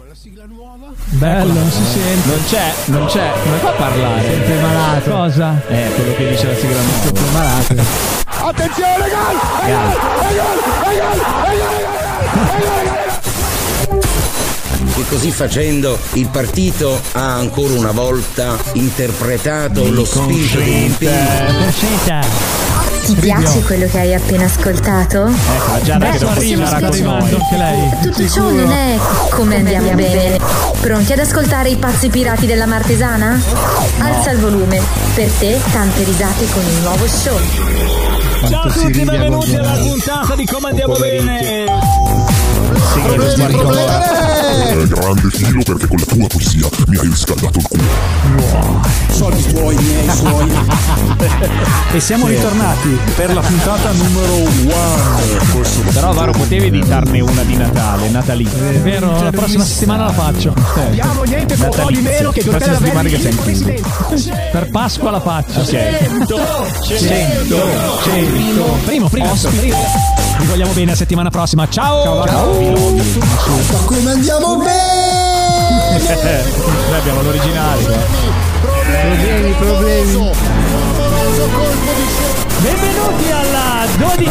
la sigla nuova. Bello, non si sente. Non c'è. Come fa a parlare? Sempre malato. Cosa? Quello che dice la sigla nuova. Sempre malato. Attenzione, gol! E così facendo il partito ha ancora una volta interpretato lo spirito dell'impegno. Ti piace quello che hai appena ascoltato? Ecco, la Giada che dopo si sarà con noi. Anche lei. Tutto ciò non è come andiamo bene. Pronti ad ascoltare i pazzi pirati della Martesana? Alza il volume. Per te tante risate con il nuovo show. Ciao a tutti, benvenuti alla puntata di Come Andiamo Bene. Grande filo, perché con la tua poesia mi hai riscaldato il culo. Soldi tuoi, miei suoi. E siamo ritornati per la puntata numero 1. Però Varo, potevi editarne una di Natale, natalizia. È vero, la prossima settimana la faccio. Abbiamo niente po' di meno che la prossima settimana che sei in Presidente. Per Pasqua la faccio. 100. Primo. Vi vogliamo bene la settimana prossima. Ciao. Come andiamo bene? Noi abbiamo l'originale qua. Problemi. Benvenuti alla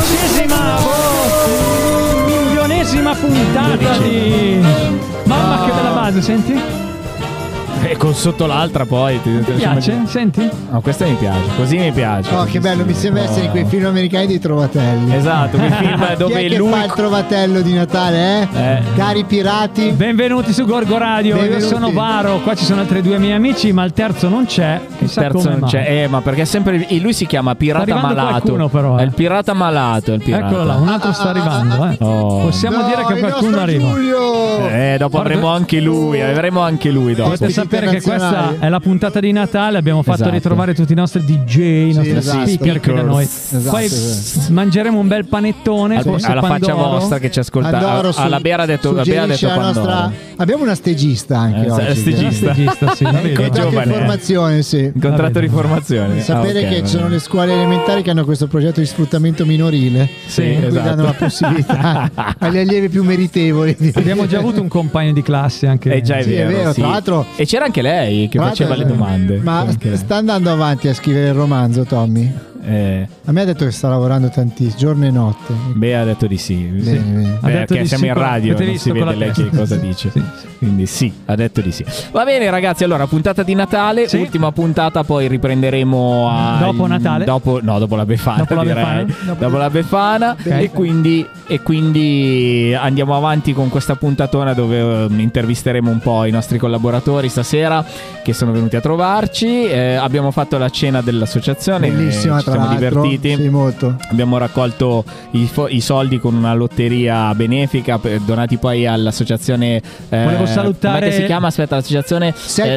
12ª milionesima puntata di... Mamma che bella base, senti? E con sotto l'altra poi. Ti piace? Senti? No, questa mi piace, così mi piace. Oh, che bello, mi sembra essere in quei film americani dei trovatelli. Esatto, quel film dove Chi è che lui fa il trovatello di Natale, Cari pirati. Benvenuti su Gorgo Radio. Benvenuti. Io sono Varo, qua ci sono altri due miei amici, ma il terzo non c'è. Il terzo non c'è, ma perché sempre lui si chiama Pirata Malato. Qualcuno, però, È il pirata malato, il pirata. Eccolo là, un altro sta arrivando, Oh. Possiamo dire che qualcuno arriva. Giulio. Dopo avremo anche lui dopo. Dovete sapere che questa è la puntata di Natale. Abbiamo fatto Esatto. ritrovare tutti i nostri DJ, i nostri speaker qui da noi. Poi mangeremo un bel panettone alla faccia vostra che ci ascolta. Pandoro, Alla Bea ha detto Pandoro. Abbiamo una stagista anche oggi. Stagista, sì, la vedo. Contratto di formazione, sì. Contratto di formazione. Sapere che ci sono le scuole elementari che hanno questo progetto di sfruttamento minorile. Sì, in cui esatto. danno la possibilità agli allievi più meritevoli. Abbiamo già avuto un compagno di classe anche. Già è Sì, è vero, sì. tra l'altro. E c'era anche lei che Tra faceva le l'altro, domande. Ma Anche lei. sta andando avanti a scrivere il romanzo, Tommy? A me ha detto che sta lavorando tantissimo, giorno e notte. Bea ha detto di sì. Bene. Ha detto Perché di siamo sì, in radio, avete non visto si con vede la lei testa. che cosa dice. Sì. Quindi sì, ha detto di sì. Va bene ragazzi, allora puntata di Natale, Sì. ultima puntata, poi riprenderemo Dopo Natale? Dopo la Befana, Dopo la direi. Befana? Dopo la Befana. Ok. E quindi andiamo avanti con questa puntatona dove intervisteremo un po' i nostri collaboratori stasera che sono venuti a trovarci. Abbiamo fatto la cena dell'associazione, Bellissima, ci tra siamo l'altro. divertiti. Sì, molto. Abbiamo raccolto i soldi con una lotteria benefica donati poi all'associazione. Volevo salutare. Come si chiama? Aspetta, l'associazione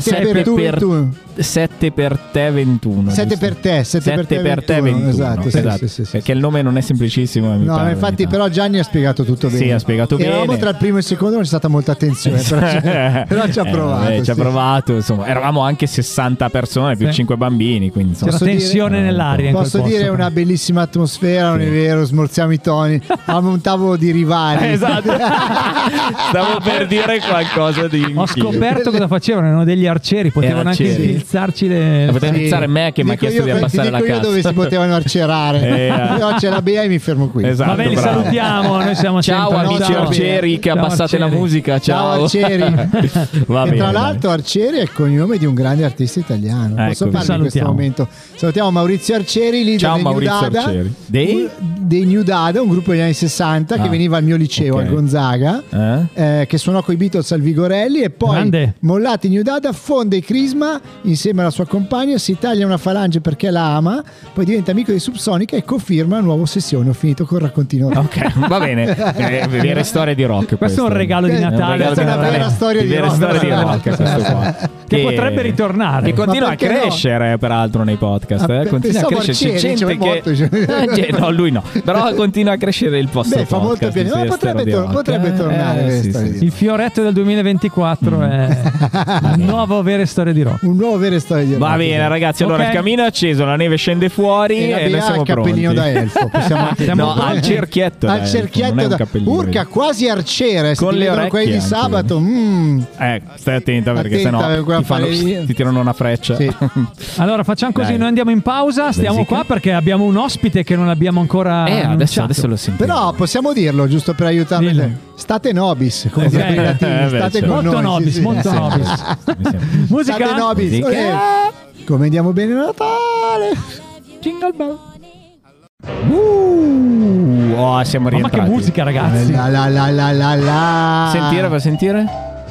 7 per te 21. 7 per te, 7 per te 21. Esatto, sì, esatto. sì. Perché il nome non è semplicissimo. No, ma infatti però Gianni ha spiegato tutto bene. Sì, ha spiegato bene. Eravamo tra il primo e il secondo, non c'è stata molta attenzione, però ci ha provato. Ci ha sì. provato, insomma, eravamo anche 60 persone più Sì. 5 bambini, quindi insomma. C'era tensione nell'aria. in quel Posso posto. dire una bellissima atmosfera, non è vero, smorziamo i toni. Avevamo un tavolo di rivali. Esatto. Stavo per dire qualcosa di Ho scoperto cosa facevano, erano degli arcieri, potevano anche arcieri. sfilzarci le... Poteva iniziare me che mi ha Dico chiesto io, di abbassare la ti dico cassa. io dove si potevano arcerare. Però c'è la Bea e mi fermo qui. Esatto, Vabbè, li bravo. salutiamo, noi siamo Ciao sempre amici ciao, arcieri che Ciao, abbassate la arcieri. musica. Ciao Arcieri. Va E bene, tra dai. l'altro Arcieri è il cognome di un grande artista italiano. Posso Ecco, farlo in questo salutiamo. momento? Salutiamo Maurizio Arcieri, leader Ciao dei New Maurizio Dada, Arcieri. Dei New Dada, un gruppo degli anni 60 che veniva al mio liceo, ok. al Gonzaga, che suonò coi Beatles al Vigorelli e poi Grande. mollati New Dada fonda i Crisma insieme alla sua compagna, si taglia una falange perché la ama, poi diventa amico di Subsonica e conferma la nuova ossessione. Ho finito col raccontino. Ok, va bene. Vere storie di rock. Questo è un regalo di È un Natale. regalo di Natale. Una vera storia di rock. Vere storie di rock, questo qua. Che potrebbe ritornare. Che continua a perché no? crescere, peraltro, nei podcast. Continua a pensavo crescere. C'è Arcieri, gente che. No, lui no. Però continua a crescere il posto. Beh, fa molto piacere. Ma potrebbe tornare. Sì. Il fioretto del 2024 è un nuovo vere storie di rock. Un nuovo vere storie di rock. Va bene, ragazzi. Allora Ok. il camino è acceso, la neve scende fuori E e noi siamo il cappellino pronti. da elfo. Possiamo anche No, al cerchietto. da al elfo, cerchietto non è un da cappellino. urca, quasi arciere. Se Con ti le vedono quelli di orecchie anche. sabato. Stai attenta perché Attenta, sennò per quella ti, palleria. ti tirano una freccia. Sì. Allora facciamo così, Dai. noi andiamo in pausa, stiamo Musica. qua perché abbiamo un ospite che non abbiamo ancora annunciato. adesso lo sentiamo. Però possiamo dirlo giusto per aiutarmi. Dillo. State nobis, come Ok. dicono i latini, beh, state certo. con Molto noi. nobis, molto Sì, nobis. mi sembra. Musica. State nobis. Musica. Come andiamo bene a Natale? Jingle bell. Siamo Ma rientrati. che musica, ragazzi. La la la la la la. Sentire per sentire?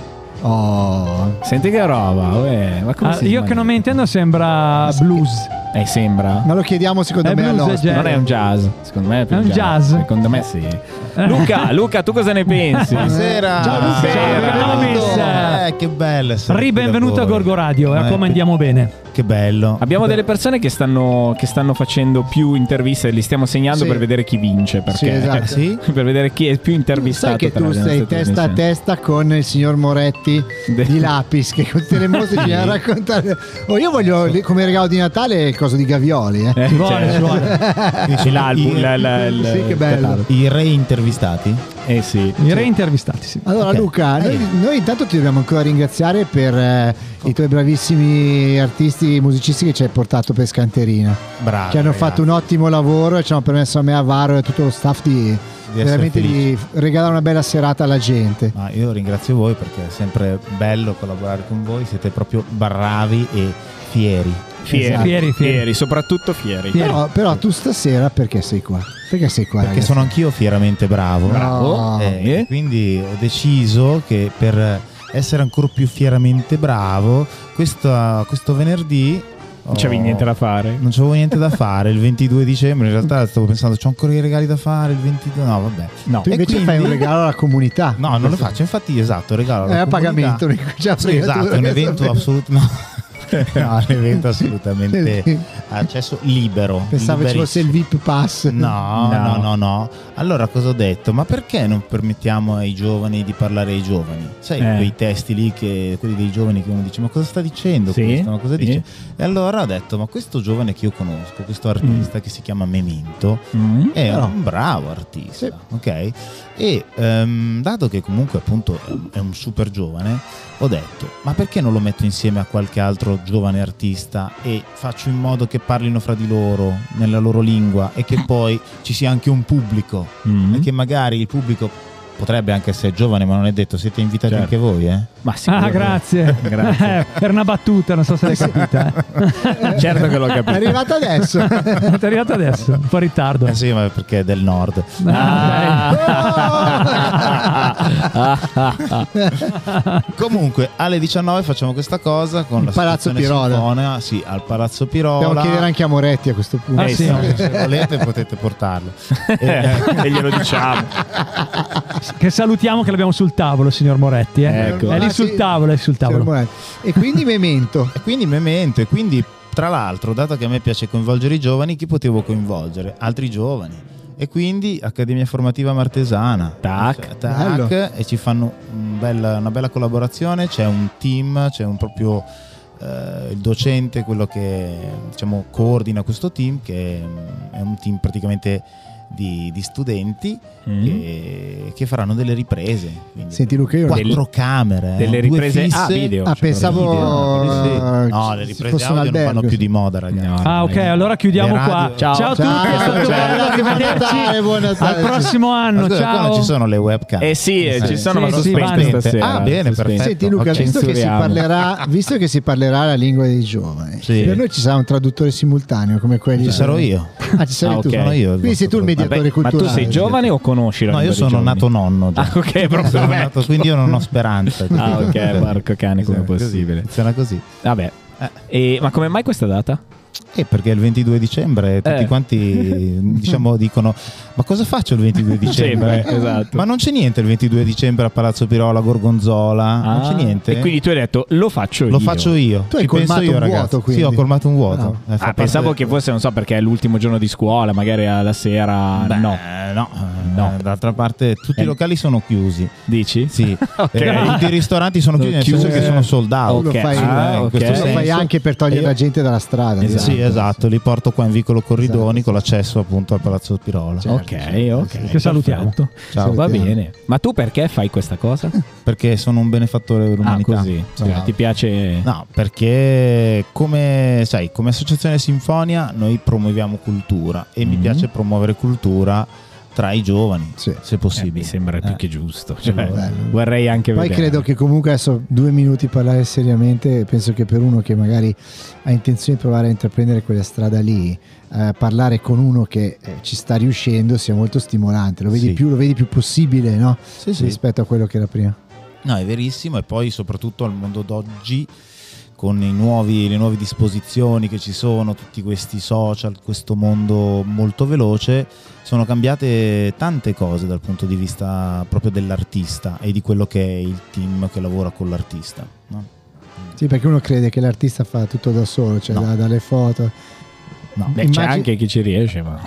Oh. Senti che roba, uè. Ma come si Io che non mi intendo sembra blues. sembra. Ma lo chiediamo secondo È me blues, all'ospite. è Non è un jazz, secondo me è più È un jazz? Secondo me sì. Luca, tu cosa ne pensi? Buonasera. Ciao, Luca. Buonasera. Benvenuto. Che bello essere qui Ribenvenuto da a voi. Gorgo Radio. E come andiamo bene? Che bello. Abbiamo delle persone che stanno facendo più interviste e li stiamo segnando Sì. per vedere chi vince. Perché, Sì, esatto. Sì? per vedere chi è più intervistato. Sai che tra tu le stai nostre testa a trasmissioni. testa con il signor Moretti di Lapis, che con tutte le mostre ci viene a raccontare. Oh, io voglio come regalo di Natale il coso di Gavioli. Ci vuole, ci vuole. C'è l'album, Sì, che bello. I re intervistati? Eh sì. I reintervistati, sì. Allora Ok. Luca, noi intanto ti dobbiamo ancora ringraziare per i tuoi bravissimi artisti musicisti che ci hai portato per Scanterina, Bravi. che hanno ragazzi. fatto un ottimo lavoro e ci hanno permesso a me, a Varo e a tutto lo staff di essere veramente di felici. regalare una bella serata alla gente. Ma io ringrazio voi perché è sempre bello collaborare con voi, siete proprio bravi e fieri. Fieri, Fieri. soprattutto fieri. Fieri. Però tu stasera perché sei qua? Perché sei qua? Perché ragazzi? sono anch'io fieramente bravo. Bravo. E quindi ho deciso che per essere ancora più fieramente bravo, questo venerdì Non c'avevi niente da fare. Non c'avevo niente da fare il 22 dicembre. In realtà stavo pensando, c'ho ancora i regali da fare il 22. No, vabbè. No. Tu E invece quindi- fai un regalo alla comunità. No, non lo faccio. Infatti, esatto, regalo alla È a comunità. pagamento. Già Sì, esatto, è un evento assolutamente. No, è un evento assolutamente accesso libero. Pensavo ci fosse il VIP pass. No. Allora cosa ho detto? Ma perché non permettiamo ai giovani di parlare ai giovani? Sai quei testi lì, quelli dei giovani che uno dice ma cosa sta dicendo Sì, questo? Ma cosa sì. dice? E allora ho detto ma questo giovane che io conosco, questo artista che si chiama Memento, è un bravo artista, Sì. ok? E dato che comunque appunto è un super giovane, ho detto ma perché non lo metto insieme a qualche altro giovane artista e faccio in modo che parlino fra di loro nella loro lingua e che poi ci sia anche un pubblico e che magari il pubblico potrebbe anche essere giovane, ma non è detto. Siete invitati Certo. anche voi, Ma sicuramente. Grazie. Grazie. Per una battuta, non so se l'hai capita. Certo che l'ho È capito. arrivato adesso. È arrivato adesso, un po' in ritardo. Eh sì, ma perché è del nord. Comunque alle 19 facciamo questa cosa con la Palazzo sezione Pirola. sinfonica, sì, al Palazzo Pirola. Devo chiedere anche a Moretti a questo punto. Ah, sì. Se volete potete portarlo. E glielo diciamo. Che salutiamo, che l'abbiamo sul tavolo, signor Moretti. Ecco. È lì sul tavolo, è sul Signor tavolo. Moretti. E quindi Memento. E quindi Memento, e quindi tra l'altro, dato che a me piace coinvolgere i giovani, chi potevo coinvolgere? Altri giovani. E quindi Accademia Formativa Martesana. Tac. Bello. E ci fanno una bella collaborazione, c'è un team, c'è un proprio il docente, quello che diciamo coordina questo team, che è un team praticamente di studenti che faranno delle riprese. Quindi Senti Luca, io 4 camere, delle 2 riprese fisse. video. Ah, pensavo No, le ci riprese fosse un audio non albergo. fanno più di moda, ragazzi. No. Ah, ok, allora chiudiamo Le radio- qua. Ciao. Ciao a tutti, Ciao. è stato Ciao. bello, arrivederci. Buon Natale. Al prossimo Ma anno, scusa, qua ciao. non ci sono le webcam. Eh sì, ci sono, Sì, ma sono sì, spente vanno. stasera. Ah, bene, Sono perfetto. Senti Luca, Ok. visto che si parlerà la lingua dei giovani, Sì. per noi ci sarà un traduttore simultaneo come quelli. Ci sarò io. Ah, ci sarai Ah, tu. ok. Sono io. Quindi sei tu il mediatore Vabbè, ma culturale. tu sei giovane o conosci la No, io lingua dei sono giovani? nato nonno già. Ah, ok, proprio Sono vecchio. nato, quindi io non ho speranza. Ah, ok, porco cane, come Così, possibile. funziona così. Vabbè. Ma come mai questa data? Perché il 22 dicembre tutti quanti diciamo dicono ma cosa faccio il 22 dicembre? Esatto. Ma non c'è niente il 22 dicembre a Palazzo Pirola, Gorgonzola, non c'è niente. E quindi tu hai detto lo faccio io. Lo faccio io. Tu hai Ci penso colmato io, un ragazzi. vuoto, quindi. Sì, ho colmato un vuoto. Pensavo che fosse, non so, perché è l'ultimo giorno di scuola, magari alla sera. No. D'altra parte tutti i locali sono chiusi. Dici? Sì. Ok. Tutti i ristoranti sono chiusi, nel senso che sono sold out. Tu lo fai, in questo tu lo fai senso. anche per togliere la gente dalla strada. Sì, esatto, li porto qua in vicolo Corridoni con l'accesso appunto al Palazzo Pirola. Ok. Che salutiamo. Ciao. Va bene. Ma tu perché fai questa cosa? Perché sono un benefattore dell'umanità. Così. Ti piace? No, perché come Associazione Sinfonia noi promuoviamo cultura e mi piace promuovere cultura tra i giovani, se possibile. Mi sembra più che giusto. Vorrei anche Poi vedere. credo che comunque adesso 2 minuti parlare seriamente, penso che per uno che magari ha intenzione di provare a intraprendere quella strada lì, parlare con uno che ci sta riuscendo sia molto stimolante, lo vedi più possibile, no? Rispetto a quello che era prima. No, è verissimo, e poi soprattutto al mondo d'oggi con le nuove disposizioni che ci sono, tutti questi social, questo mondo molto veloce, sono cambiate tante cose dal punto di vista proprio dell'artista e di quello che è il team che lavora con l'artista, no? Sì, perché uno crede che l'artista fa tutto da solo, cioè dalle foto. No. Beh, c'è anche chi ci riesce, ma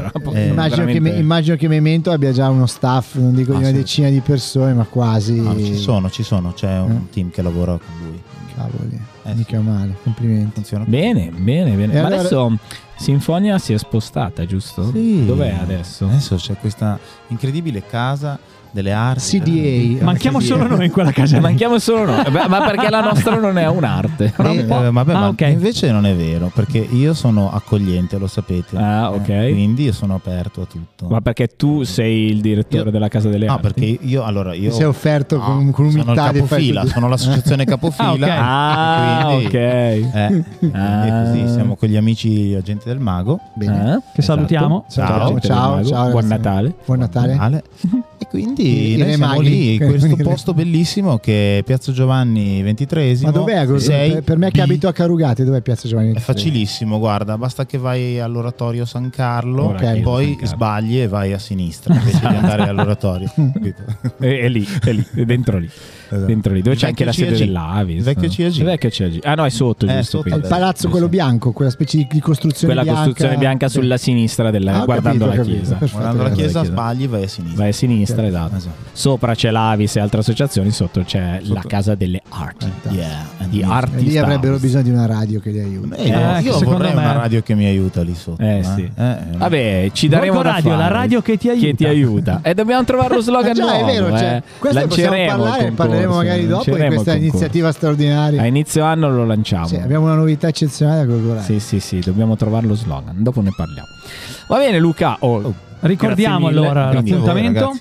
immagino che Memento abbia già uno staff, non dico di una decina di persone, ma quasi. No, ci sono, c'è un team che lavora con lui. Cavoli, mica male, complimenti. Funziona bene. Ma allora... adesso Sinfonia si è spostata, giusto? Sì. Dov'è adesso? Adesso c'è questa incredibile casa delle arti. CDA. Manchiamo solo noi in quella casa. Manchiamo solo noi. Ma perché la nostra non è un'arte? Okay. Invece non è vero, perché io sono accogliente, lo sapete. Ok. Quindi io sono aperto a tutto. Ma perché tu sei il direttore della Casa delle Arti? No, perché io ti sei offerto con sono il umiltà capofila, sono l'associazione capofila. Ok. Quindi così siamo con gli amici Agenti del Mago. Bene. Che salutiamo. Ciao. Buon Natale. Buon Natale. E quindi noi siamo maghi. lì in questo posto bellissimo che è Piazza Giovanni XXIII. Ma dov'è? Per me che abito a Carugate, dov'è Piazza Giovanni È XXIII? facilissimo, guarda, basta che vai all'oratorio San Carlo, poi sbagli e vai a sinistra invece di andare all'oratorio. È lì, dentro lì. Dentro lì, dove c'è anche la sede dell'Avis. Il vecchio CAG. Ah no, è sotto, giusto? Sotto. Il palazzo quello bianco, quella specie di costruzione quella bianca. costruzione bianca sulla sinistra guardando la chiesa. Guardando la chiesa sbagli, vai a sinistra. Vai a sinistra, esatto. Sopra c'è l'Avis e altre associazioni, sotto c'è la Casa delle Arti. Di arti. Lì avrebbero bisogno di una radio che li aiuta. Io vorrei una radio che mi aiuta lì sotto. Sì. Vabbè, ci daremo da radio, fare. la radio che ti aiuta. E dobbiamo trovare lo slogan nuovo. È vero, questo possiamo parlare, parleremo magari dopo di questa iniziativa straordinaria. A inizio anno lo lanciamo. Sì, abbiamo una novità eccezionale da Gorgoradio. Sì, dobbiamo trovare lo slogan. Dopo ne parliamo. Va bene, Luca. Ricordiamo allora l'appuntamento.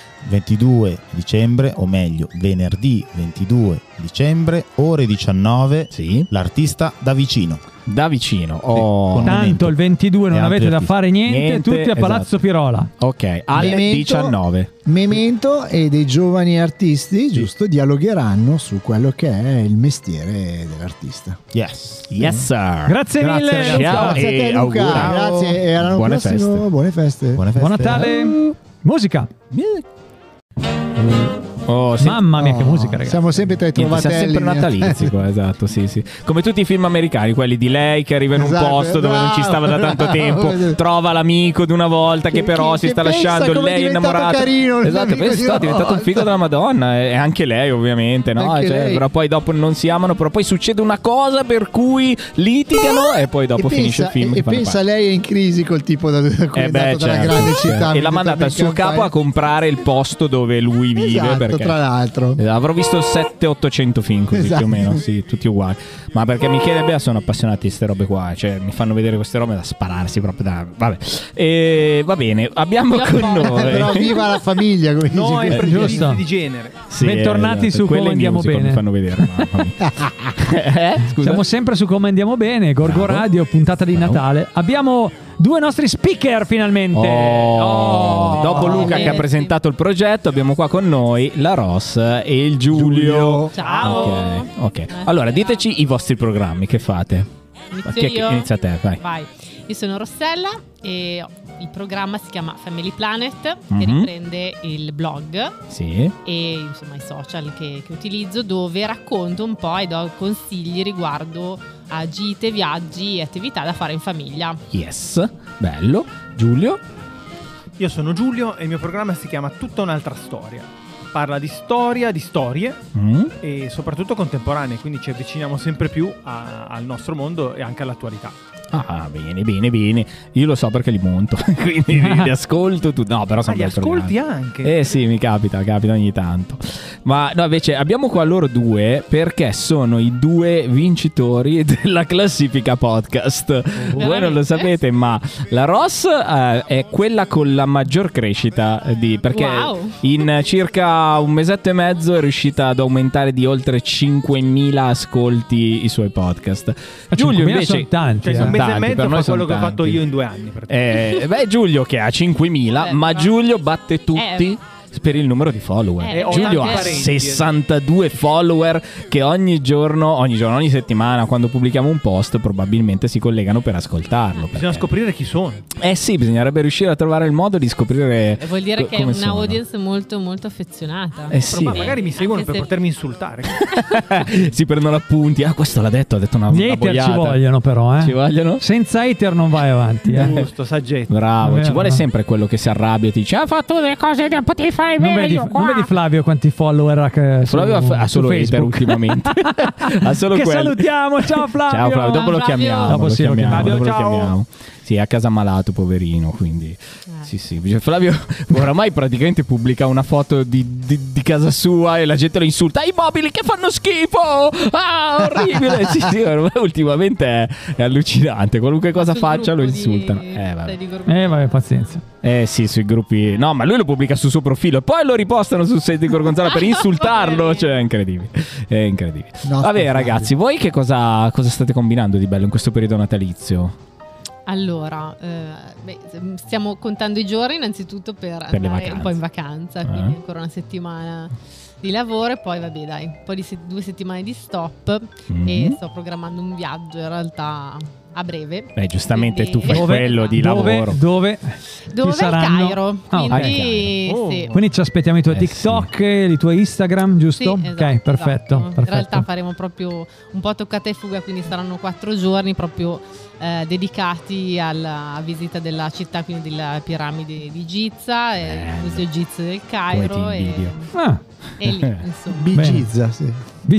22 dicembre, o meglio venerdì 22 dicembre, ore 19, l'artista da vicino. Da vicino. Tanto il 22 non avete da fare niente, tutti a Palazzo esatto. Pirola. Ok, alle 19. Memento e dei giovani artisti, giusto, dialogheranno su quello che è il mestiere dell'artista. Yes, sir. Grazie mille. Ragazzi. Ciao Grazie a te, Luca. auguri. Grazie e all'anno Buone prossimo. feste. Buone feste. Buon Natale. Musica. Mamma mia, che musica, ragazzi. Siamo sempre tra i trovatelli. Siamo sempre natalizi qua, esatto, sì. Come tutti i film americani, quelli di lei che arriva in un posto dove non ci stava da tanto tempo, trova l'amico di una volta che però si sta lasciando, lei è innamorata. Carino, esatto, pensa, è diventato un figo della Madonna, e anche lei ovviamente, no? Lei. Però poi dopo non si amano, però poi succede una cosa per cui litigano e poi dopo finisce il film. E pensa lei è in crisi col tipo da dalla grande città. E l'ha mandata al suo capo a comprare il posto dove lui vive, esatto, perché tra l'altro avrò visto 700-800 film così, più o meno, sì, tutti uguali. Ma perché Michele e Bea sono appassionati di queste robe qua, cioè mi fanno vedere queste robe da spararsi proprio da... Vabbè. E va bene, abbiamo con noi però viva la famiglia, come no, dici, è pregiudizi di genere. Sì, bentornati su Come Andiamo Bene. Mi fanno vedere. Siamo sempre su Come Andiamo Bene, Gorgo Radio, puntata di Natale. Abbiamo due nostri speaker finalmente. Dopo Luca che ha presentato il progetto, abbiamo qua con noi la Ross e il Giulio. Ciao. Ok. Allora, diteci i vostri programmi, che fate? Inizia te, vai. Vai. Io sono Rossella e il programma si chiama Family Planet, che riprende il blog e insomma i social che utilizzo, dove racconto un po' e do consigli riguardo a gite, viaggi e attività da fare in famiglia. Yes, bello. Giulio? Io sono Giulio e il mio programma si chiama Tutta un'altra storia. Parla di storia, di storie e soprattutto contemporanee, quindi ci avviciniamo sempre più al nostro mondo e anche all'attualità. Ah, bene. Io lo so perché li monto, quindi li ascolto tu. No, però sono li ascolti anche? Sì, mi capita ogni tanto. Ma no, invece abbiamo qua loro due perché sono i due vincitori della classifica podcast. Voi non lo sapete, ma la Ross è quella con la maggior crescita perché in circa un mesetto e mezzo è riuscita ad aumentare di oltre 5.000 ascolti i suoi podcast. Giulio invece sono tanti, un mese e mezzo fa quello che ho fatto io in 2 anni. Giulio che ha 5.000, ma Giulio batte tutti per il numero di follower. Giulio ha 62 follower che ogni settimana, quando pubblichiamo un post, probabilmente si collegano per ascoltarlo. Bisogna scoprire chi sono. Sì, bisognerebbe riuscire a trovare il modo di scoprire. Vuol dire che è una audience molto molto affezionata. Sì. Ma magari mi seguono per potermi insultare. Si prendono appunti. Questo l'ha detto una Gli hater ci vogliono però, Ci vogliono? Senza hater non vai avanti, Giusto, saggezzo. Bravo, ci vuole sempre quello che si arrabbia e ti dice: ha fatto delle cose che potevi fare meglio. Non vedi Flavio quanti follower ha Flavio ha solo hater ultimamente. Ha solo che quello. Salutiamo, ciao Flavio. Ciao Flavio, dopo lo chiamiamo. Dopo lo chiamiamo. Sì, è a casa malato, poverino, quindi sì. Flavio oramai praticamente pubblica una foto di casa sua e la gente lo insulta. I mobili che fanno schifo! Ah, orribile! sì, ormai ultimamente è allucinante. Qualunque cosa faccia lo insultano. Vabbè, pazienza. Sì, sui gruppi. No, ma lui lo pubblica sul suo profilo e poi lo ripostano sul sito di Gorgonzola per insultarlo. Cioè, è incredibile. No, vabbè, ragazzi, voi che cosa state combinando di bello in questo periodo natalizio? Allora, stiamo contando i giorni innanzitutto per andare un po' in vacanza, quindi ancora una settimana di lavoro e poi un po' di 2 settimane di stop e sto programmando un viaggio in realtà a breve. Giustamente quindi... tu fai quello di lavoro. Dove? Il Cairo. Quindi ci aspettiamo i tuoi TikTok, i tuoi Instagram, giusto? Sì, esatto, ok, perfetto. In realtà faremo proprio un po' toccata e fuga, quindi saranno 4 giorni proprio dedicati alla visita della città, quindi della piramide di Giza e il museo egizio del Cairo e lì insomma Bigizza, sì.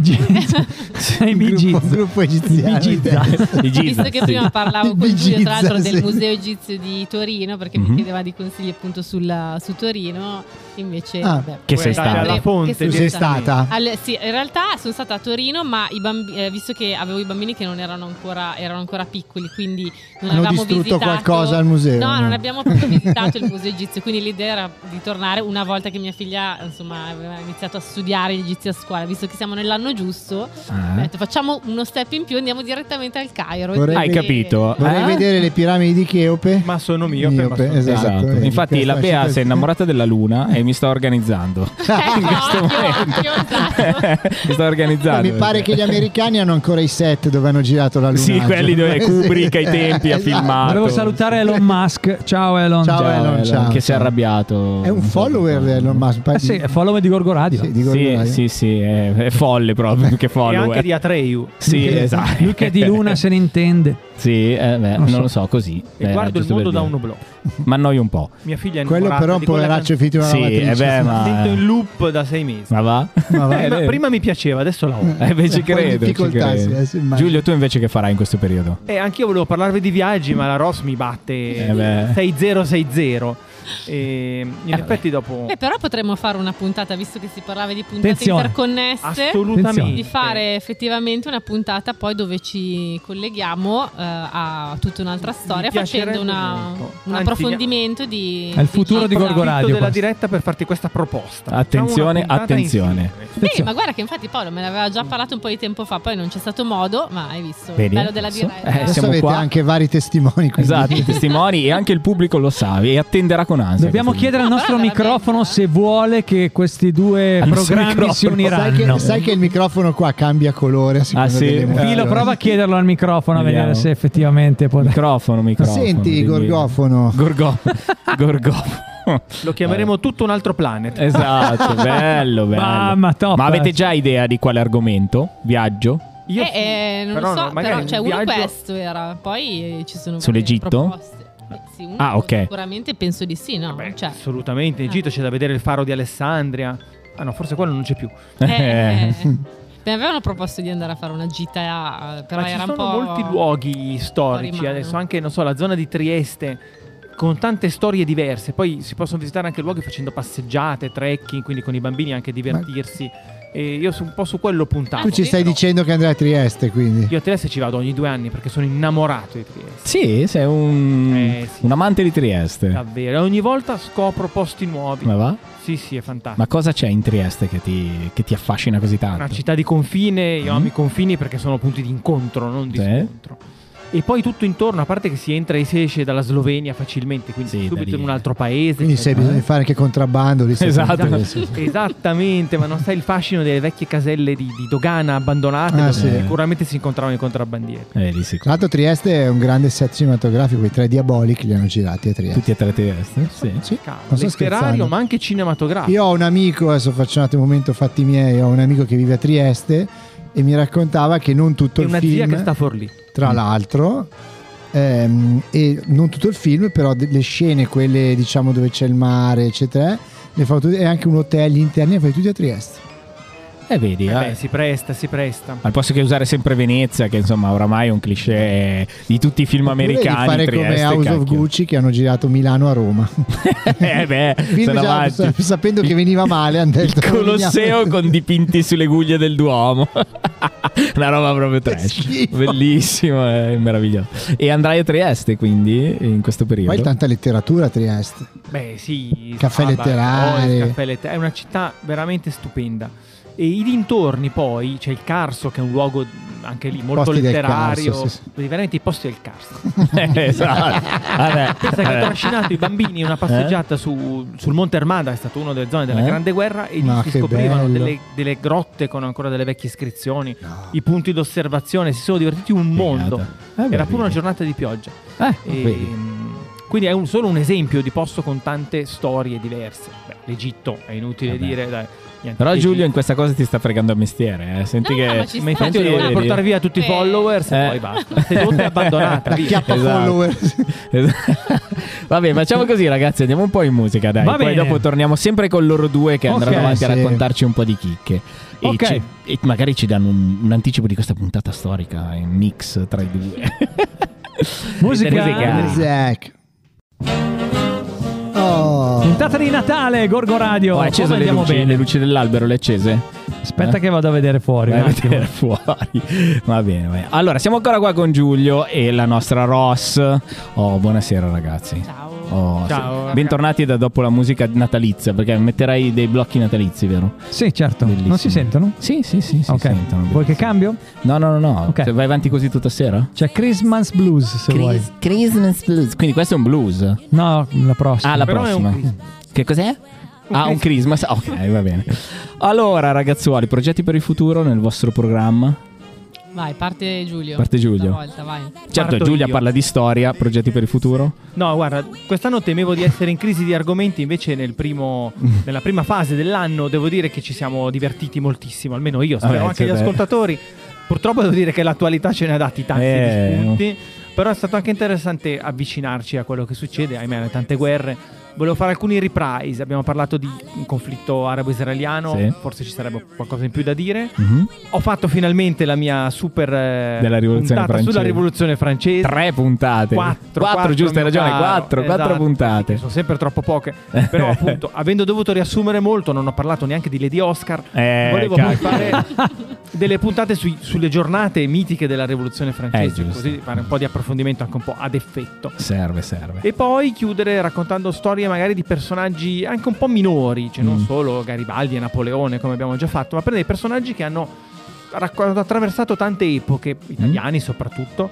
Sei un gruppo egiziano. Visto che prima parlavo con Giulio tra l'altro del museo egizio di Torino, perché mi chiedeva di consigli appunto su Torino, invece che sei stata alla fonte. Tu sei stata? Sì, in realtà sono stata a Torino, ma visto che avevo i bambini che non erano ancora piccoli, quindi non hanno avevamo distrutto visitato qualcosa al museo. No, non abbiamo proprio visitato il museo egizio, quindi l'idea era di tornare una volta che mia figlia aveva iniziato a studiare gli egizi a scuola, visto che siamo nell'anno giusto. Ho detto, facciamo uno step in più, andiamo direttamente al Cairo. Hai capito? Vorrei vedere le piramidi di Cheope. Ma sono miope. Esatto. Infatti la Bea si è innamorata della luna e mi sta organizzando in questo momento. Mi sta organizzando. Mi pare che gli americani hanno ancora i set dove hanno girato la luna. Sì, quelli dove Kubrick ai tempi ha filmato. Volevo salutare Elon Musk. Ciao Elon. Ciao Elon. Che si è arrabbiato. È un follower di Elon Musk. Sì, è follower di Gorgo Radio. Sì, è folle proprio, che follower. E anche di Atreyu. Sì, esatto. Lui che di luna se ne intende. Sì, non lo so, così. E guardo il mondo da uno blocco. Ma annoio un po'. Mia figlia è quello però un poveraccio effettivamente. Sì, ma sento in loop da 6 mesi. Ma va? Prima mi piaceva, adesso la ho. Invece credo. Giulio, tu invece che farai in questo periodo? Anch'io volevo parlarvi di viaggi, ma la Ross mi batte 6060. E in effetti dopo però potremmo fare una puntata, visto che si parlava di puntate interconnesse, assolutamente, di fare effettivamente una puntata poi dove ci colleghiamo a tutta un'altra storia, facendo un approfondimento di il futuro di Gorgo Radio della diretta per farti questa proposta. Attenzione. Sì, ma guarda che infatti Paolo me l'aveva già parlato un po' di tempo fa, poi non c'è stato modo, ma hai visto il bello della diretta. Adesso avete anche vari testimoni, esatto, testimoni, e anche il pubblico lo sa e attenderà con con ansia. Dobbiamo chiedere al nostro microfono se vuole che questi due programmi si uniranno. Sai che il microfono qua cambia colore a seconda delle emozioni. Filo, prova a chiederlo al microfono a vedere se effettivamente può. Microfono. Senti, Gorgofono. Lo chiameremo tutto un altro planet. Esatto, bello. Ma top. Ma avete già idea di quale argomento? Viaggio? Io non però lo so, magari però, un uno viaggio- questo era, poi ci sono Sull'Egitto? proposte. Sì, uno ok. sicuramente penso di sì, no? Cioè, Assolutamente, in Egitto c'è da vedere il faro di Alessandria. Ah no, forse quello non c'è più. mi avevano proposto di andare a fare una gita, però Ma ci era sono un po' molti luoghi storici, fuori mano. adesso anche, non so, la zona di Trieste, con tante storie diverse. Poi si possono visitare anche luoghi facendo passeggiate, trekking, quindi con i bambini anche divertirsi. E io un po' su quello puntavo. Tu ci stai dicendo che andrai a Trieste, quindi? Io a Trieste ci vado ogni 2 anni perché sono innamorato di Trieste. Sì, sei un amante di Trieste. Davvero, e ogni volta scopro posti nuovi. Ma va? Sì, è fantastico. Ma cosa c'è in Trieste che ti affascina così tanto? Una città di confine, io amo i confini perché sono punti di incontro, non di scontro. E poi tutto intorno, a parte che si entra e si esce dalla Slovenia facilmente, quindi subito in un altro paese. Quindi se bisogna fare anche contrabbando lì. Esattamente, ma non sai il fascino delle vecchie caselle di dogana abbandonate dove sì. sicuramente si incontravano i contrabbandieri. Tra l'altro Trieste è un grande set cinematografico, i 3 Diabolic li hanno girati a Trieste. Tutti e 3 Trieste? Sì. Non sto Letterario scherzando. ma anche cinematografico. Io ho un amico, adesso faccio un attimo un momento fatti miei, ho un amico che vive a Trieste e mi raccontava che non tutto È il una film, zia che sta fuori lì. tra l'altro, e non tutto il film, però le scene, quelle diciamo dove c'è il mare, eccetera, le fa tutte, e anche un hotel, gli interni li fai tutti a Trieste. Vedi, Beh, si presta. al posto che usare sempre Venezia, che insomma oramai è un cliché di tutti i film americani. Di fare Trieste, come House of Gucci che hanno girato Milano a Roma. Film sono già, avanti. sapendo che veniva male, hanno detto Il Colosseo con dipinti sulle guglie del Duomo. Una roba proprio trash. Bellissimo, è meraviglioso. E andrai a Trieste quindi in questo periodo? Poi tanta letteratura a Trieste. Beh, sì. Caffè letterario. È una città veramente stupenda. E i dintorni poi c'è il Carso, che è un luogo anche lì molto Posti del letterario. Carso, sì. Vedi veramente i posti del Carso. Esatto. Pensa che ho trascinato i bambini in una passeggiata sul Monte Armada, è stata una delle zone della Grande Guerra, e lì Ma si che scoprivano bello. delle grotte con ancora delle vecchie iscrizioni, i punti d'osservazione, si sono divertiti un mondo. Era pure una giornata di pioggia. Quindi è solo un esempio di posto con tante storie diverse. Beh, l'Egitto è inutile dire, dai. Però Giulio in questa cosa ti sta fregando a mestiere, Senti ma infatti io devo portare via tutti i followers e poi basta. Seduta e abbandonata. La chiappa followers. Vabbè, facciamo così ragazzi, andiamo un po' in musica, dai. Va Poi bene. dopo torniamo sempre con loro due che andranno avanti a raccontarci un po' di chicche. Ok. E magari ci danno un anticipo di questa puntata storica in mix tra i due. Musica. Zac. Oh. Puntata di Natale, Gorgo Radio. Ho acceso Come le andiamo luci, bene? le luci dell'albero, le accese? Aspetta che vado a vedere fuori. Vai un a attimo. vedere fuori. Va bene, vai. Allora, siamo ancora qua con Giulio e la nostra Ross. Oh, buonasera ragazzi. Ciao. Oh, Ciao, sì. Bentornati da dopo la musica natalizia, perché metterai dei blocchi natalizi, vero? Sì, certo. Bellissimo. Non si sentono? Sì, si Ok. sentono. Vuoi che cambio? No. Ok. Se vai avanti così tutta sera? C'è Christmas Blues se vuoi. Christmas blues. Quindi questo è un blues? No, la prossima. Ah, la Però è un prossima. Che cos'è? Un Christmas. Ok, va bene. Allora, ragazzuoli, progetti per il futuro nel vostro programma? Vai, parte Giulio. Parte Giulio. Stavolta, vai. Certo, Parto Giulia io. parla di storia, progetti per il futuro? No, guarda, quest'anno temevo di essere in crisi di argomenti, invece nella prima fase dell'anno devo dire che ci siamo divertiti moltissimo, almeno io, spero anche gli ascoltatori. Purtroppo devo dire che l'attualità ce ne ha dati tanti di spunti, però è stato anche interessante avvicinarci a quello che succede, ahimè, alle tante guerre. Volevo fare alcuni reprise, abbiamo parlato di un conflitto arabo-israeliano, Sì. forse ci sarebbe qualcosa in più da dire. Mhm. Ho fatto finalmente la mia super Della rivoluzione puntata francese. sulla rivoluzione francese. 3 puntate. Quattro, giusto, hai mio ragione, caro. 4 Esatto, puntate. sono sempre troppo poche. Però appunto, avendo dovuto riassumere molto, non ho parlato neanche di Lady Oscar. Volevo poi fare delle puntate sulle giornate mitiche della rivoluzione francese, giusto. così fare un po' di approfondimento anche un po' ad effetto. Serve. E poi chiudere raccontando storie magari di personaggi anche un po' minori, cioè non solo Garibaldi e Napoleone come abbiamo già fatto, ma prendere dei personaggi che hanno attraversato tante epoche, italiani soprattutto,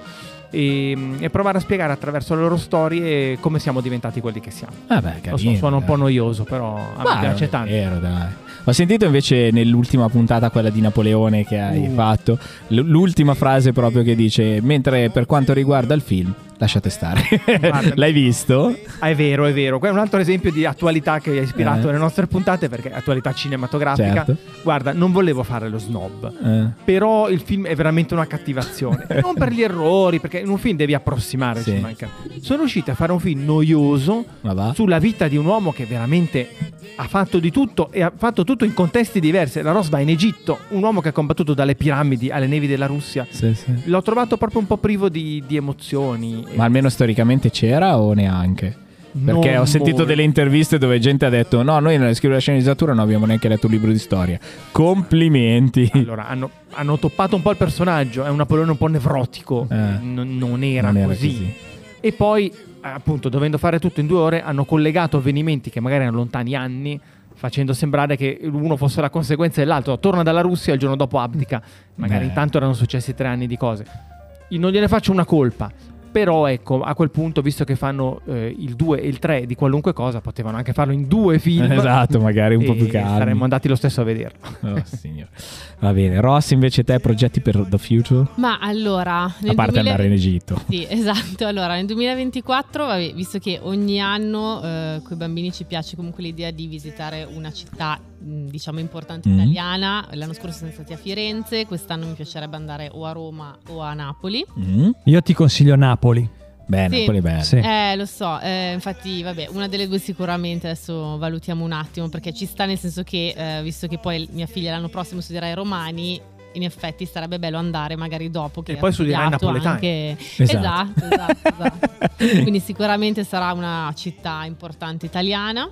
e provare a spiegare attraverso le loro storie come siamo diventati quelli che siamo. Carino, lo so, suona un po' noioso, però a me piace tanto. Dai. Ho sentito invece nell'ultima puntata, quella di Napoleone che hai fatto, l'ultima frase proprio che dice: mentre per quanto riguarda il film, lasciate stare. L'hai visto? È vero. Questo è un altro esempio di attualità che ha ispirato le nostre puntate, perché attualità cinematografica. Certo. Guarda, non volevo fare lo snob, però il film è veramente una cattivazione. Non per gli errori, perché in un film devi approssimare. Sì. Sono riusciti a fare un film noioso sulla vita di un uomo che veramente ha fatto di tutto, e ha fatto tutto in contesti diversi. La Rosba in Egitto, un uomo che ha combattuto dalle piramidi alle nevi della Russia. Sì. L'ho trovato proprio un po' privo di emozioni. Ma almeno storicamente c'era o neanche? Perché ho sentito delle interviste dove gente ha detto: no, noi nella scrivere la sceneggiatura non abbiamo neanche letto un libro di storia. Complimenti. Allora, hanno toppato un po' il personaggio. È un Napoleone un po' nevrotico. Non era così. E poi, appunto, dovendo fare tutto in 2 ore, hanno collegato avvenimenti che magari erano lontani anni, facendo sembrare che uno fosse la conseguenza dell'altro. Torna dalla Russia, il giorno dopo abdica. Magari intanto erano successi 3 anni di cose. Io non gliene faccio una colpa. Però ecco, a quel punto, visto che fanno il 2 e il 3 di qualunque cosa, potevano anche farlo in 2 film. Esatto, magari un po' più calmi. Saremmo andati lo stesso a vederlo. Oh, signore. Va bene. Ross, invece te, progetti per the future? Ma allora, a parte andare in Egitto. Sì, esatto. Allora, nel 2024, visto che ogni anno coi bambini ci piace comunque l'idea di visitare una città diciamo importante italiana. L'anno scorso siamo stati a Firenze, quest'anno mi piacerebbe andare o a Roma o a Napoli. Io ti consiglio Napoli. Beh, sì. Napoli è bello. Sì. Lo so, infatti vabbè, una delle due sicuramente, adesso valutiamo un attimo, perché ci sta, nel senso che visto che poi mia figlia l'anno prossimo studierà ai Romani, in effetti sarebbe bello andare magari dopo che e poi studierai napoletano anche... Esatto. Esatto. Quindi sicuramente sarà una città importante italiana.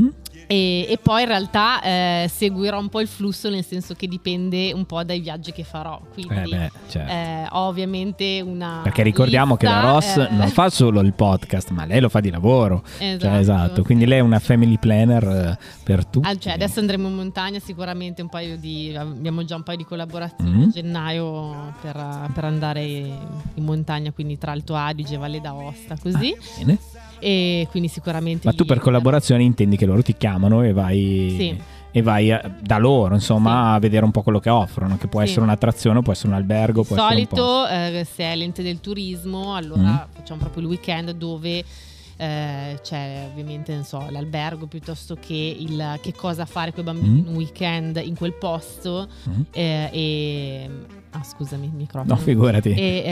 E poi in realtà seguirò un po' il flusso, nel senso che dipende un po' dai viaggi che farò. Quindi certo. Ovviamente una perché ricordiamo lista, che la Ross non fa solo il podcast, ma lei lo fa di lavoro. Esatto. Quindi lei è una family planner per tutti. Cioè, adesso andremo in montagna sicuramente, abbiamo già un paio di collaborazioni a gennaio per andare in montagna, quindi tra Alto Adige, Valle d'Aosta, così. Bene. E quindi sicuramente ma tu per collaborazioni intendi che loro ti chiamano e vai da loro, insomma, a vedere un po' quello che offrono, che può essere un'attrazione, può essere un albergo, può solito essere se è l'ente del turismo, allora facciamo proprio il weekend dove c'è ovviamente, non so, l'albergo piuttosto che che cosa fare con i bambini un weekend in quel posto. Scusami il microfono. No, figurati.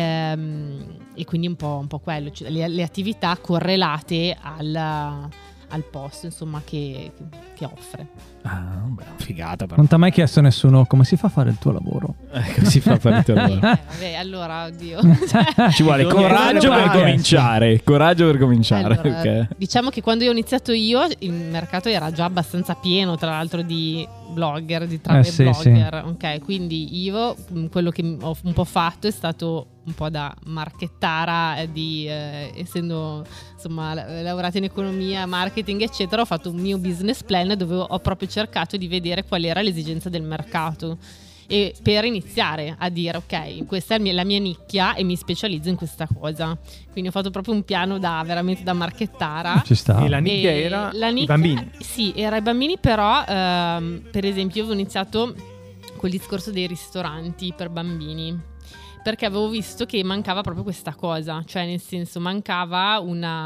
E quindi un po' quello, cioè le attività correlate al posto, insomma, che offre. Figata però. Non ti ha mai chiesto nessuno come si fa a fare il tuo lavoro? Come si fa a fare il tuo lavoro? Vabbè, allora, oddio. Ci vuole coraggio per cominciare. Coraggio per cominciare. Allora, okay. Diciamo che quando ho iniziato io, il mercato era già abbastanza pieno, tra l'altro, di blogger, di travel blogger. Sì. Ok, quindi io quello che ho un po' fatto è stato un po' da marchettara, essendo insomma laureata in economia, marketing eccetera, ho fatto un mio business plan dove ho proprio cercato di vedere qual era l'esigenza del mercato, e per iniziare a dire ok, questa è la mia nicchia e mi specializzo in questa cosa. Quindi ho fatto proprio un piano veramente da marchettara. Ci sta. E la nicchia era i bambini. Sì, era i bambini, però per esempio io avevo iniziato col discorso dei ristoranti per bambini, perché avevo visto che mancava proprio questa cosa, cioè nel senso mancava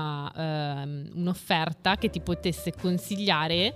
un'offerta che ti potesse consigliare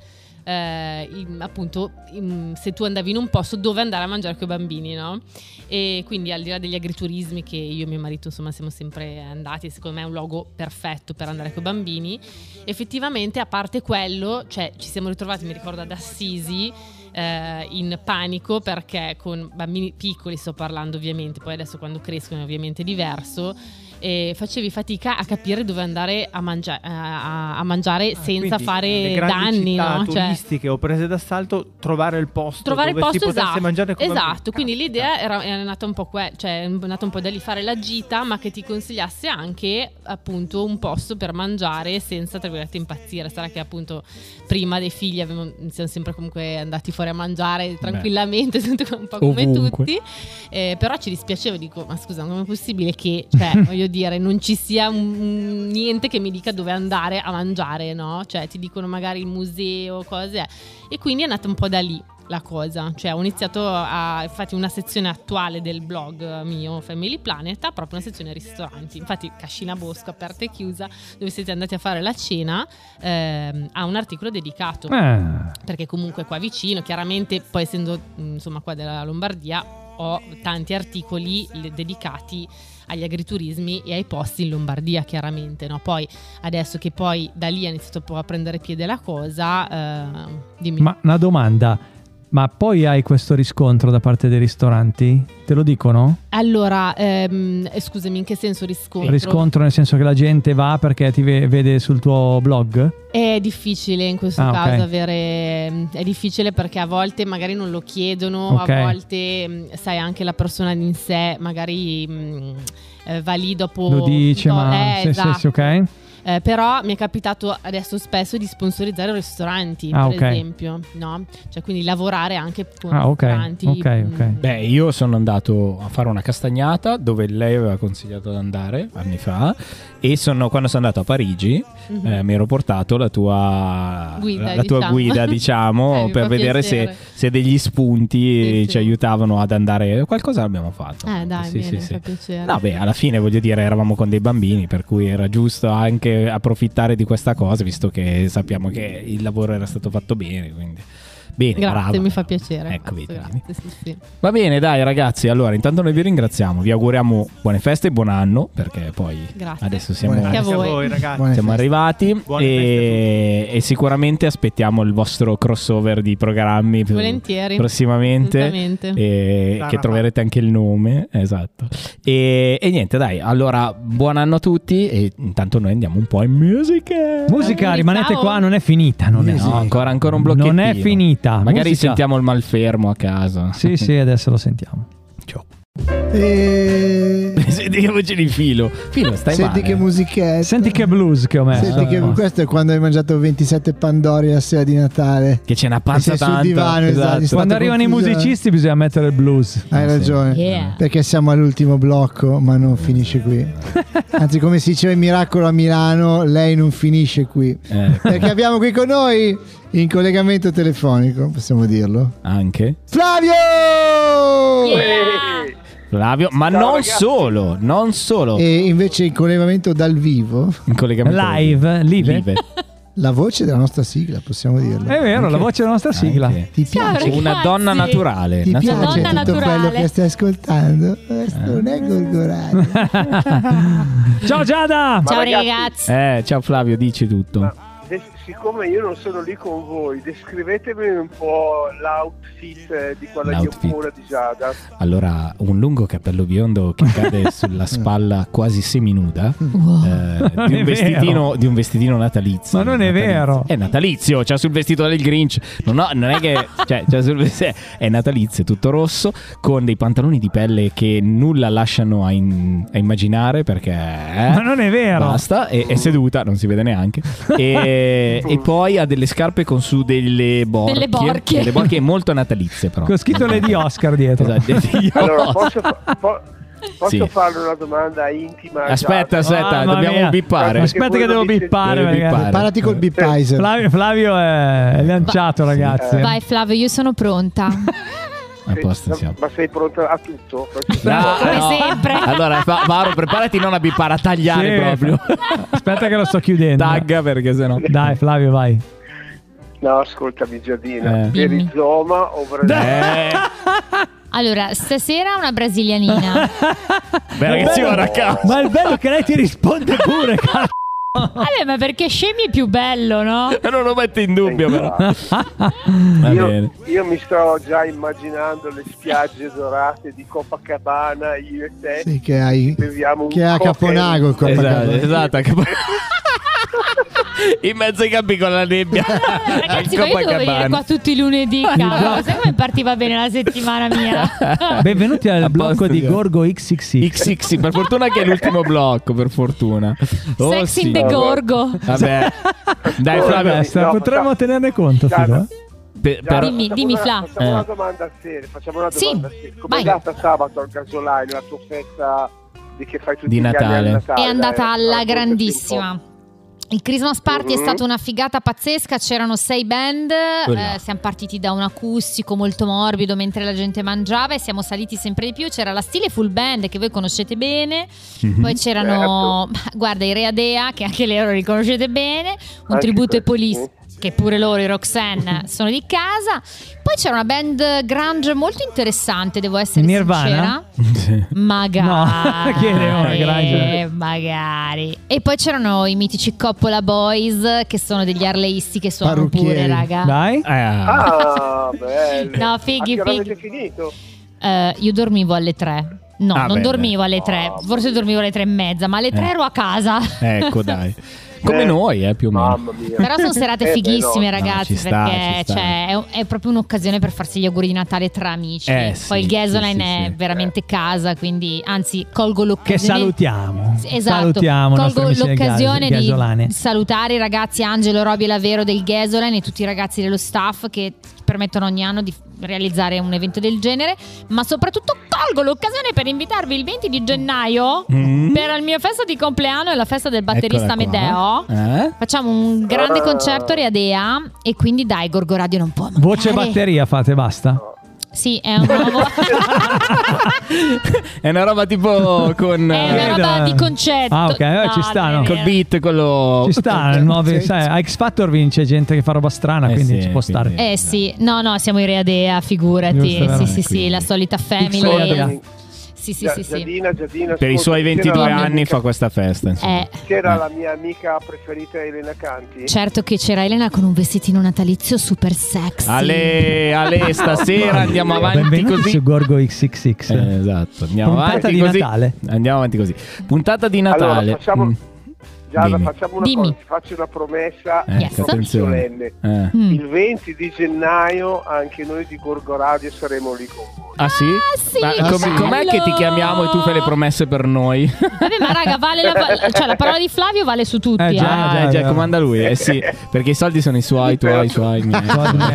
appunto se tu andavi in un posto dove andare a mangiare con i bambini, no? E quindi al di là degli agriturismi che io e mio marito insomma siamo sempre andati, secondo me è un luogo perfetto per andare con i bambini, effettivamente a parte quello, cioè ci siamo ritrovati, mi ricordo ad Assisi, in panico, perché con bambini piccoli sto parlando ovviamente, poi adesso quando crescono è ovviamente diverso, e facevi fatica a capire dove andare a mangiare senza fare danni, no? Turistiche o prese d'assalto, trovare il posto dove si potesse esatto, mangiare con esatto. Quindi l'idea è nata un po' è nata un po' da lì, fare la gita, ma che ti consigliasse anche appunto un posto per mangiare senza, tra virgolette, impazzire. Sarà che appunto prima dei figli siamo sempre comunque andati fuori a mangiare tranquillamente, un po' come ovunque. tutti, però ci dispiaceva, dico, ma scusa, come è possibile che, cioè, voglio dire, non ci sia niente che mi dica dove andare a mangiare, no? Cioè ti dicono magari il museo, cose. E quindi è nata un po' da lì la cosa, cioè ho iniziato infatti una sezione attuale del blog mio Family Planet ha proprio una sezione ristoranti, infatti Cascina Bosco aperta e chiusa, dove siete andati a fare la cena, ha un articolo dedicato perché comunque qua vicino, chiaramente poi essendo insomma qua della Lombardia ho tanti articoli dedicati agli agriturismi e ai posti in Lombardia, chiaramente, no? Poi adesso che poi da lì è iniziato un po' a prendere piede la cosa, dimmi. Ma una domanda, ma poi hai questo riscontro da parte dei ristoranti? Te lo dicono? Allora, scusami, in che senso riscontro? Riscontro nel senso che la gente va perché ti vede sul tuo blog? È difficile in questo caso avere, è difficile perché a volte magari non lo chiedono, a volte sai anche la persona in sé magari va lì dopo. Lo dice, esatto. sì, ok. Però mi è capitato adesso spesso di sponsorizzare ristoranti, per esempio, no? Cioè quindi lavorare anche con ristoranti. Ok. Beh, io sono andato a fare una castagnata dove lei aveva consigliato di andare anni fa e quando sono andato a Parigi mi ero portato la tua guida, diciamo, per vedere se degli spunti ci aiutavano ad andare. Qualcosa l'abbiamo fatto. Dai, mi fa piacere. No, beh, alla fine voglio dire, eravamo con dei bambini, per cui era giusto anche approfittare di questa cosa, visto che sappiamo che il lavoro era stato fatto bene, quindi bene, grazie, brava. Mi fa piacere. Ecco, grazie, sì. Va bene, dai ragazzi, allora intanto noi vi ringraziamo, vi auguriamo buone feste e buon anno, perché poi adesso siamo a voi, ragazzi. Siamo arrivati e sicuramente aspettiamo il vostro crossover di programmi prossimamente, che troverete anche il nome, esatto. E niente, dai, allora buon anno a tutti e intanto noi andiamo un po' in musica, rimanete qua, non è finita, ancora un blocchettino. Non è finita. Magari sentiamo il malfermo a casa. Sì, adesso lo sentiamo. Ciao. Senti che voce di Filo, stai senti male. Che musichetta. Senti che blues che ho messo. Senti questo è quando hai mangiato 27 pandori la sera di Natale, che ce n'ha panza tanta sul divano, esatto. Quando arrivano i musicisti bisogna mettere il blues. Hai ragione, perché siamo all'ultimo blocco, ma non finisce qui. Anzi, come si diceva in Miracolo a Milano, lei non finisce qui, perché abbiamo qui con noi in collegamento telefonico, possiamo dirlo anche Flavio! Flavio, ma ciao, non ragazzi. non solo. E invece in collegamento dal vivo, in collegamento live. La voce della nostra sigla, possiamo dirlo. È vero, la voce della nostra sigla. Ti piace? Una donna naturale. Ti piace donna tutto naturale. quello che stai ascoltando? Questo non è Gorgoradio. Ciao Giada! Ciao ragazzi. Ciao Flavio, dici tutto. Siccome io non sono lì con voi, descrivetemi un po' l'outfit di quella ioppura di Giada. Allora, un lungo cappello biondo che cade sulla spalla quasi seminuda, di un vestitino natalizio. Ma non è vero. È natalizio, c'ha sul vestito del Grinch. Non è che è natalizio, tutto rosso, con dei pantaloni di pelle che nulla lasciano a immaginare, perché ma non è vero. Basta, è seduta, non si vede neanche. E poi ha delle scarpe con su delle borchie. Delle borchie molto natalizie, però. Con scritto Lady Oscar dietro. Esatto. Allora, posso farle una domanda intima? Aspetta, dobbiamo bippare. Aspetta che devo bippare. Parati col bippizer. Flavio è lanciato, ragazzi. Vai Flavio, io sono pronta. Ma sei pronta a tutto? Come sempre. Allora, Varo, preparati non a bippare, a tagliare proprio. Aspetta che lo sto chiudendo. Tagga, perché sennò. Dai, Flavio, vai. No, ascoltami Giardina. Perizoma o Allora, stasera una brasilianina. Beh, ragazzi, ma è bello che lei ti risponde pure, cazzo. Vabbè, ma perché scemi è più bello, no? Non lo metto in dubbio, però. Io mi sto già immaginando le spiagge dorate di Copacabana, io e te. Sì, che hai beviamo che a Caponago il Copacabana. Esatto, in mezzo ai campi con la nebbia. Ragazzi, ma io devo venire qua tutti i lunedì, cavolo. Sai come partiva bene la settimana mia? Benvenuti al blocco di Gorgo XXX. XX, per fortuna che è l'ultimo blocco, per fortuna. Sex in the Gorgo. Vabbè. Dai Flavio, potremmo tenerne conto, Filo. Dimmi Fla. Facciamo una domanda seria. Come è andata sabato al Gasolai, la tua festa che fai tutti di gli anni Natale. al Natale. È andata alla raccontaci grandissima. Il Christmas Party è stata una figata pazzesca, c'erano 6 band, siamo partiti da un acustico molto morbido mentre la gente mangiava e siamo saliti sempre di più. C'era la Stile Full Band che voi conoscete bene, poi c'erano, guarda, i Readea che anche loro riconoscete bene, un tributo ai Police che pure loro, i Roxanne, sono di casa. Poi c'era una band grunge molto interessante, devo essere Nirvana? sincera. Magari. Magari. E poi c'erano i mitici Coppola Boys, che sono degli arleisti che suonano pure, raga. Dai. Bello. No, fighi. Avete finito? Io dormivo alle 3. No, non dormivo alle 3. Forse dormivo alle 3:30, ma alle 3 ero a casa. Ecco, dai. Come noi, più o meno. Mamma mia. Però sono serate fighissime, ragazzi, ci sta, perché ci sta. cioè, è proprio un'occasione per farsi gli auguri di Natale tra amici. Poi il Gasoline è veramente casa, quindi anzi colgo l'occasione. Che salutiamo. Esatto. Salutiamo colgo l'occasione di Gasolane. salutare i ragazzi Angelo, Roby e Lavero del Gasoline e tutti i ragazzi dello staff che permettono ogni anno di realizzare un evento del genere, ma soprattutto colgo l'occasione per invitarvi il 20 di gennaio per il mio festa di compleanno e la festa del batterista Amedeo. Facciamo un grande concerto Readea e quindi dai, Gorgo Radio non può mancare. Voce batteria fate, basta. Sì, è un nuovo È una roba tipo con è una roba di concetto. Ah, ok, ci stanno. Col beat, quello. Ci sta, nuove, sai, a X Factor vince gente che fa roba strana, quindi ci può stare. Sì, no, siamo i Readea, figurati. Giusto, sì, la solita family. Sì. Giadina, Per i suoi 22 anni fa questa festa. C'era la mia amica preferita Elena Canti. Certo che c'era Elena con un vestitino natalizio super sexy. Ale, stasera andiamo avanti Benvenuti così. su Gorgo XXX. Esatto, andiamo Puntata avanti di così. Natale. Andiamo avanti così. Puntata di Natale. Allora, facciamo una Dimmi. cosa, ti faccio una promessa solenne. Il 20 di gennaio anche noi di Gorgo Radio saremo lì con voi. Ah sì? Com'è che ti chiamiamo e tu fai le promesse per noi? Vabbè, ma raga, vale la parola di Flavio vale su tutti. Già, comanda lui. Sì, perché i soldi sono i suoi, tuoi, miei.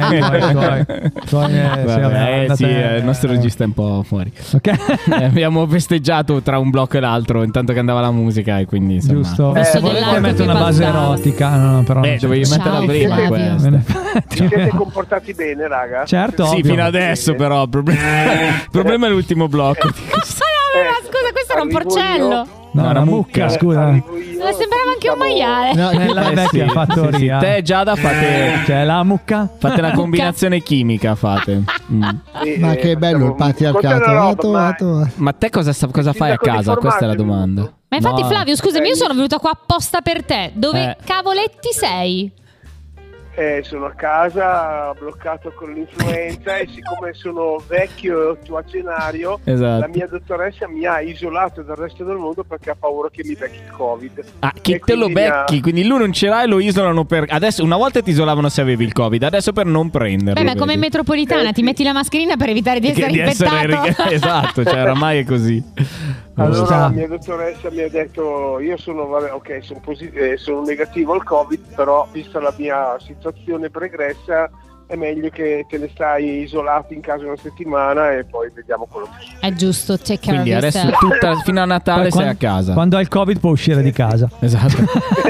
Il nostro regista è un po' fuori. Abbiamo festeggiato tra un blocco e l'altro intanto che andava la musica e quindi insomma. Giusto. Volete mettere una base erotica? No, però dovevi metterla prima questa. Vi siete comportati bene, raga? Certo. Sì, fino adesso però il problema è l'ultimo blocco. Scusa, questo era un porcello. No, una mucca, scusa. Sembrava anche un maiale. No, nella vecchia fattoria. Te Giada fate C'è la mucca? Fate una combinazione chimica, fate. Ma che bello il patriarcato. Ma te cosa fai a casa? Questa è la domanda. Ma infatti Flavio, scusami, io sono venuta qua apposta per te. Dove cavoletti sei? Sono a casa bloccato con l'influenza e siccome sono vecchio e ottuagenario, la mia dottoressa mi ha isolato dal resto del mondo perché ha paura che mi becchi il Covid. Che te lo becchi, quindi lui non ce l'ha e lo isolano per... Adesso una volta ti isolavano se avevi il Covid, adesso per non prenderlo. Beh, ma come in metropolitana ti metti la mascherina per evere di essere infettato. Esatto, cioè oramai è così. Allora la mia dottoressa mi ha detto io sono sono negativo al Covid, però vista la mia situazione pregressa è meglio che te ne stai isolato in casa una settimana e poi vediamo quello che succede. È giusto, take care quindi of adesso yourself. fino a Natale sei a casa. Quando hai il Covid puoi uscire di casa. Esatto.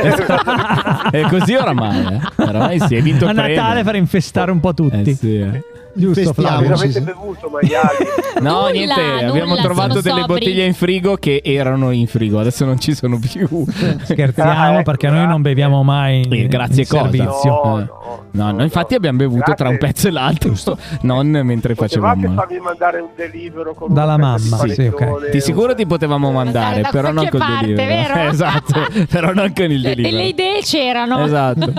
È così oramai. Oramai si è vinto il a premio. Natale per infestare un po' tutti. Giusto, Flavio. Avete bevuto maiali? No, niente, abbiamo trovato delle bottiglie in frigo che erano in frigo, adesso non ci sono più. Scherziamo perché noi non beviamo mai grazie in servizio. No, infatti abbiamo bevuto tra un pezzo e l'altro, non mentre facevamo. Potevate farmi mandare un delibero con dalla mamma, sì, ok. Di sicuro ti potevamo mandare, però non col delibero. Vero? Esatto, però non con il delibero. Le idee c'erano. Esatto.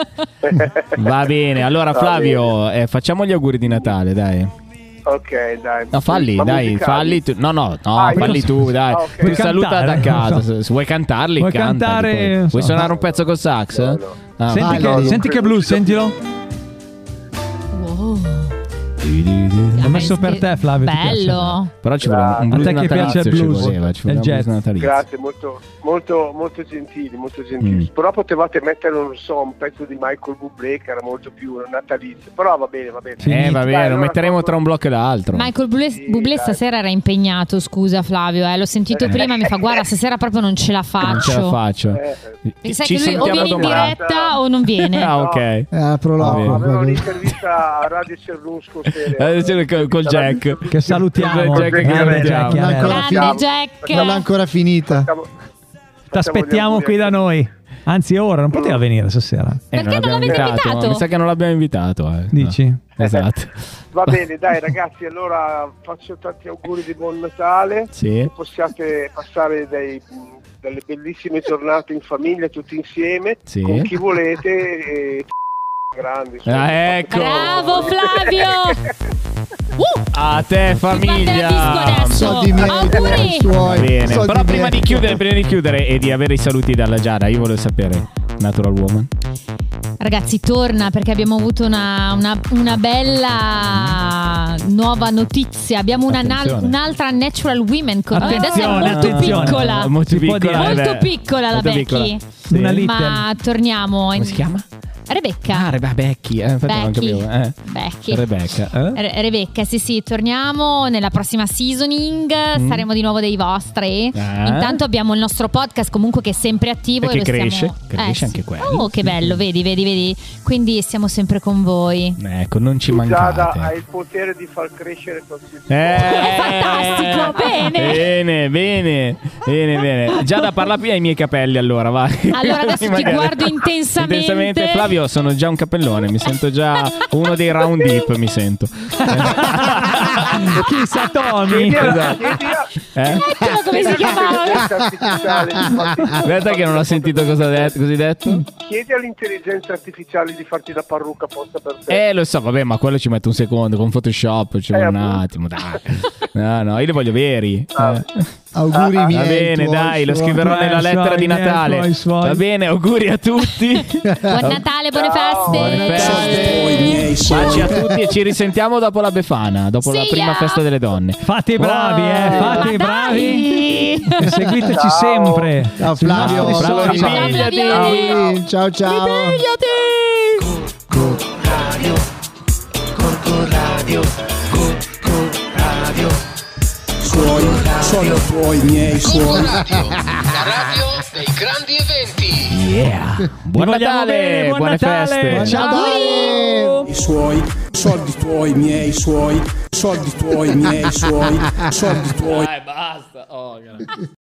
Va bene, allora Flavio, facciamo gli auguri di Natale, dai. Ok, dai. No, falli tu. No, falli tu, dai. Okay. Tu saluta da casa. Se vuoi cantarli, vuoi cantare. Cantare, vuoi suonare un pezzo col sax? No. Senti che blues, sentilo. Wow. L'ho messo per te, Flavio. Bello. Però ci vuole un blues a te che piace il blues, il jazz. Grazie, molto gentili, molto gentili. Però potevate mettere, non so, un pezzo di Michael Bublé che era molto più natalizio. Però va bene. Va bene, lo metteremo tra un blocco e l'altro. Michael Bublé stasera era impegnato, scusa Flavio, l'ho sentito prima, mi fa guarda, stasera proprio non ce la faccio. Non ce la faccio. Sai che lui o viene in diretta o non viene. Ah, ok. Avevo un'intervista a Radio Cernusco col Jack. Che salutiamo. Grande Jack. Non l'ha ancora finita. Ti aspettiamo qui da noi. Anzi, ora non poteva venire stasera. Perché non l'avete invitato? Mi sa che non l'abbiamo invitato. Dici? No. Esatto. Va bene, dai ragazzi, allora faccio tanti auguri di buon Natale. Che possiate passare delle bellissime giornate in famiglia tutti insieme, con chi volete. Grandi. Ecco. Bravo Flavio. A te famiglia. Auguri. Bene. Però prima di chiudere e di avere i saluti dalla Giada, io volevo sapere, Natural Woman. Ragazzi, torna perché abbiamo avuto una bella nuova notizia. Abbiamo un'altra Natural Women con noi. Adesso è molto piccola. Molto piccola la Becky. Ma torniamo. Come si chiama? Rebecca. Becky. Rebecca, sì, torniamo nella prossima seasoning. Saremo di nuovo dei vostri. Intanto abbiamo il nostro podcast comunque che è sempre attivo. Perché e cresce anche quello. Oh, che bello, vedi. Quindi siamo sempre con voi. Ecco, non ci mancate. Giada ha il potere di far crescere qualsiasi è fantastico, bene. Giada, parla più ai miei capelli allora, vai. Allora adesso ti guardo intensamente. Flavio, sono già un capellone, mi sento già uno dei round deep, mi sento. Chissà Tommy. Come si chiamava? Aspetta che non ho sentito cosa così detto. Chiedi all'intelligenza artificiale di farti la parrucca apposta per te. Lo so, vabbè, ma quello ci mette un secondo, con Photoshop ci vuole un attimo, dai. No, io li voglio veri. Auguri miei. Va bene, dai, lo scriverò nella lettera di Natale. Va bene, auguri a tutti. Buon Natale, buone feste. Baci a tutti e ci risentiamo dopo la Befana, dopo la prima festa delle donne. Fate i bravi, fate i bravi. E seguiteci sempre. Ciao Flavio. Ciao. Corco Radio. Sono tuoi, miei suoni. La radio dei grandi eventi. Yeah. Buon Natale, buone feste. Ciao. I suoi soldi tuoi, miei suoi. Soldi tuoi, miei suoi. Soldi tuoi. Dai, basta.